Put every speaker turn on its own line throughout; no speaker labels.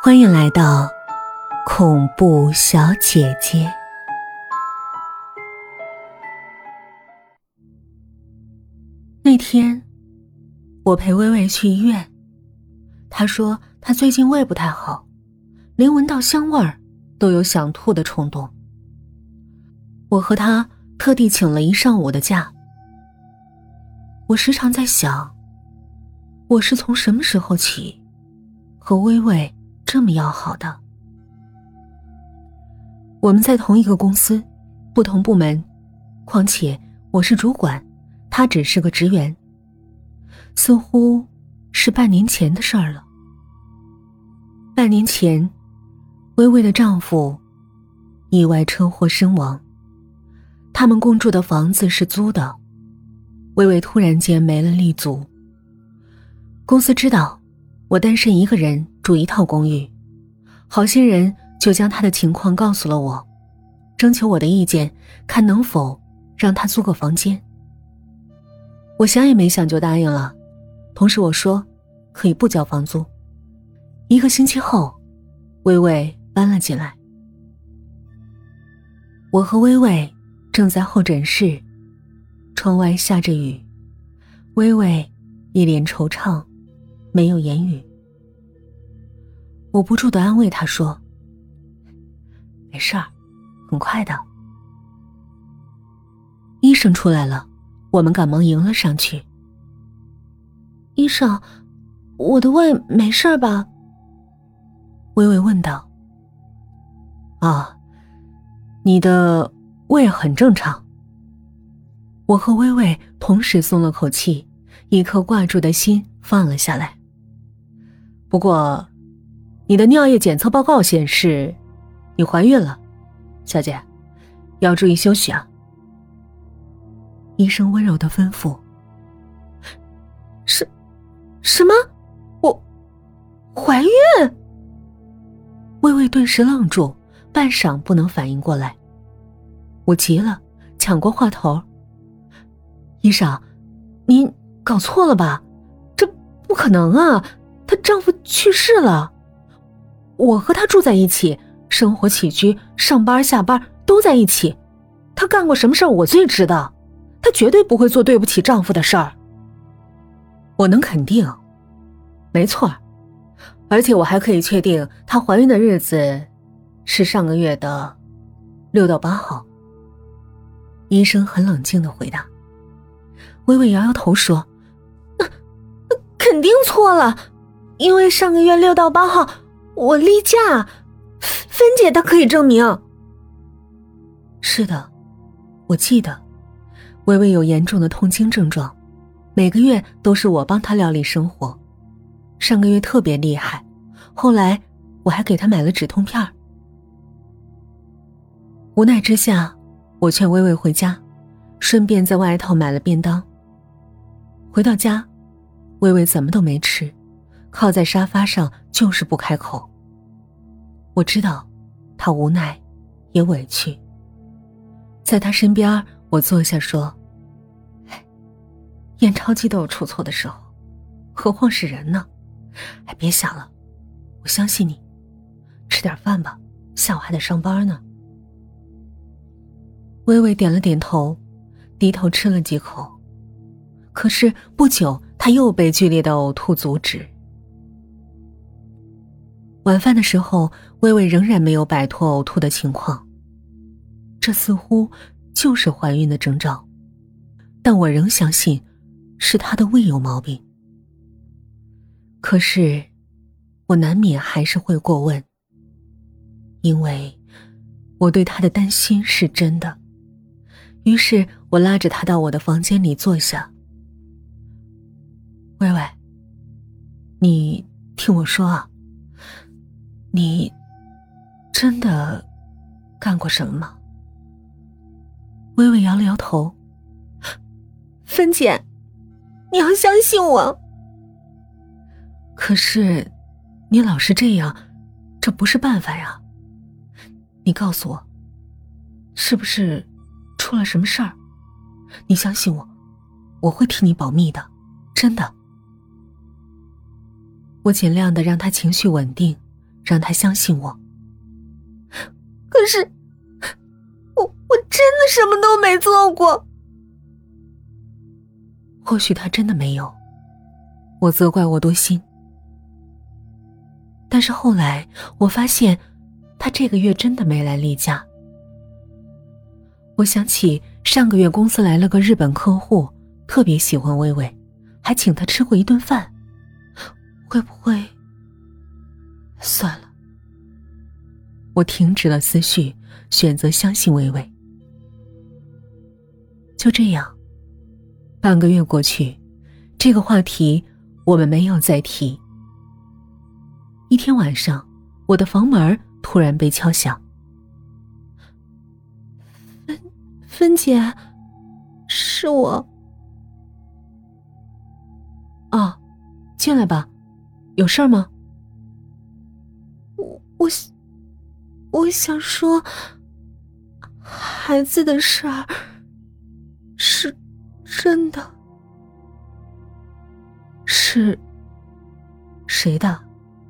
欢迎来到恐怖小姐姐。那天我陪薇薇去医院，她说她最近胃不太好，连闻到香味儿都有想吐的冲动。我和她特地请了一上午的假。我时常在想，我是从什么时候起和薇薇这么要好的？我们在同一个公司，不同部门，况且我是主管，她只是个职员。似乎是半年前的事儿了。半年前，薇薇的丈夫意外车祸身亡，他们共住的房子是租的，薇薇突然间没了立足。公司知道我单身一个人住一套公寓，好心人就将她的情况告诉了我，征求我的意见，看能否让她租个房间。我想也没想就答应了，同时我说可以不交房租。1个星期后，薇薇搬了进来。我和薇薇正在候诊室，窗外下着雨，薇薇一脸惆怅，没有言语。我不住地安慰她说，没事儿，很快的。医生出来了，我们赶忙迎了上去。医生，我的胃没事吧？薇薇问道。你的胃很正常。我和薇薇同时松了口气，一颗挂住的心放了下来。不过你的尿液检测报告显示你怀孕了，小姐，要注意休息啊。医生温柔地吩咐。什么？我怀孕？薇薇顿时愣住，半晌不能反应过来。我急了，抢过话头。医生，您搞错了吧？这不可能啊，她丈夫去世了。我和她住在一起，生活起居、上班下班都在一起。她干过什么事儿我最知道，她绝对不会做对不起丈夫的事儿。我能肯定，没错，而且我还可以确定她怀孕的日子是上个月的6到8号。医生很冷静地回答。薇薇摇摇头说，肯定错了，因为上个月6到8号我例假，芬姐她可以证明。是的，我记得薇薇有严重的痛经症状，每个月都是我帮她料理生活，上个月特别厉害，后来我还给她买了止痛片。无奈之下，我劝薇薇回家，顺便在外头买了便当。回到家，薇薇怎么都没吃，靠在沙发上就是不开口。我知道她无奈也委屈，在她身边我坐下说，验钞机都有出错的时候，何况是人呢？别想了，我相信你，吃点饭吧，下午还得上班呢。薇薇点了点头，低头吃了几口。可是不久，她又被剧烈的呕吐阻止。晚饭的时候，薇薇仍然没有摆脱呕吐的情况，这似乎就是怀孕的征兆，但我仍相信是她的胃有毛病。可是我难免还是会过问，因为我对她的担心是真的。于是我拉着她到我的房间里坐下。薇薇，你听我说啊，你真的干过什么吗？薇薇摇了摇头。芬姐，你要相信我。可是你老是这样，这不是办法呀。你告诉我，是不是出了什么事儿？你相信我，我会替你保密的，真的。我尽量的让他情绪稳定， 让他相信我。
可是我真的什么都没做过。
或许他真的没有，我责怪我多心。但是后来我发现他这个月真的没来例假。我想起上个月公司来了个日本客户，特别喜欢薇薇，还请他吃过一顿饭。会不会……算了，我停止了思绪，选择相信薇薇。就这样，半个月过去，这个话题我们没有再提。一天晚上，我的房门突然被敲响。
芬姐，是我。
哦，进来吧，有事儿吗？
我想说，孩子的事儿是真的。
是谁的？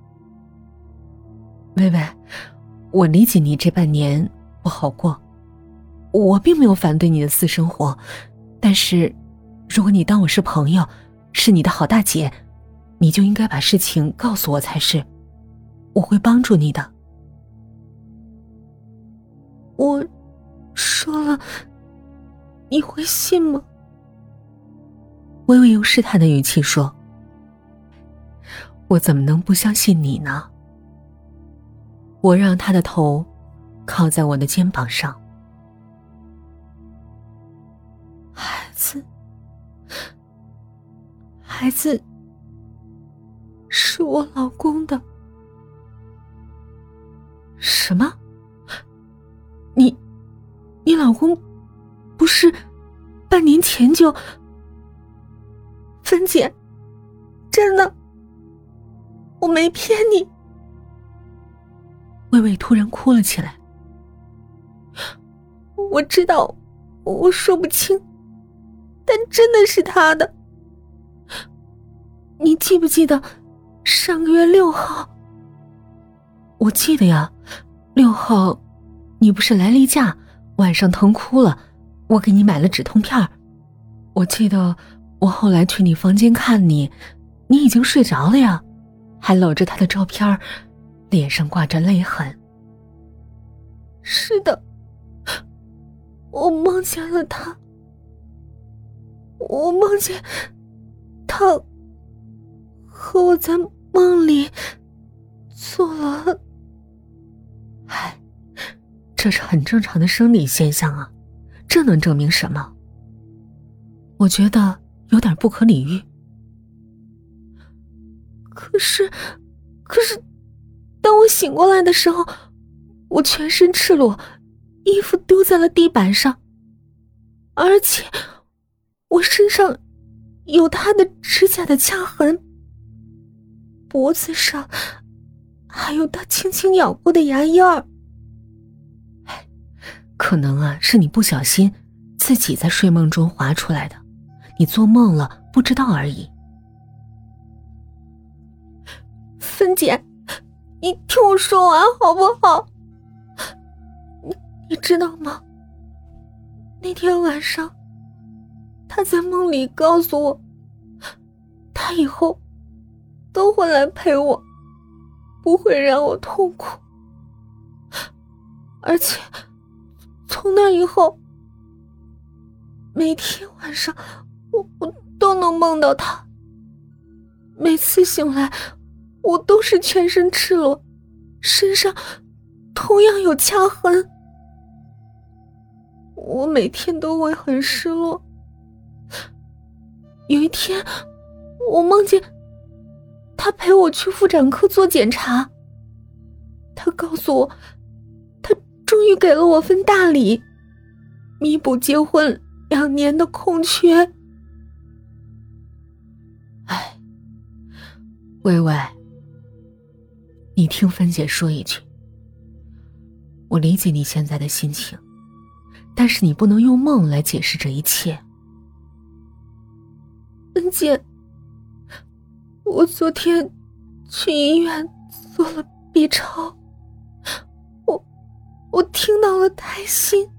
薇薇，我理解你这半年不好过，我并没有反对你的私生活，但是如果你当我是朋友，是你的好大姐，你就应该把事情告诉我才是，我会帮助你的。
我说了，你会信吗？
微微用试探的语气说。我怎么能不相信你呢？我让他的头靠在我的肩膀上。
孩子是我老公的。
什么？你老公不是半年前就……
芬姐，真的，我没骗你。
薇薇突然哭了起来。
我知道我说不清，但真的是他的。你记不记得上个月6号？
我记得呀，6号你不是来例假，晚上疼哭了，我给你买了止痛片。我记得我后来去你房间看你，你已经睡着了呀，还搂着他的照片，脸上挂着泪痕。
是的，我梦见了他。我梦见他和我在梦里做了……
这是很正常的生理现象啊，这能证明什么？我觉得有点不可理喻。
可是，当我醒过来的时候，我全身赤裸，衣服丢在了地板上，而且我身上有他的指甲的掐痕，脖子上还有他轻轻咬过的牙印儿。
可能啊，是你不小心自己在睡梦中滑出来的，你做梦了不知道而已。
芬姐，你听我说完好不好？你知道吗？那天晚上，他在梦里告诉我，他以后都会来陪我，不会让我痛苦。而且从那以后，每天晚上我都能梦到他。每次醒来，我都是全身赤裸，身上同样有掐痕。我每天都会很失落。有一天，我梦见他陪我去妇产科做检查，他告诉我，他终于给了我份大礼，弥补结婚2年的空缺。
薇薇，你听芬姐说一句，我理解你现在的心情，但是你不能用梦来解释这一切。
芬姐，我昨天去医院做了 B 超，我听到了胎心，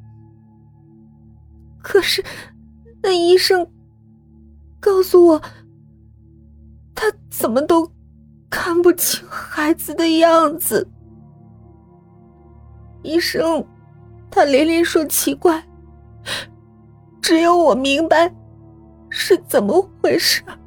可是那医生告诉我，他怎么都看不清孩子的样子。医生他连连说奇怪，只有我明白是怎么回事。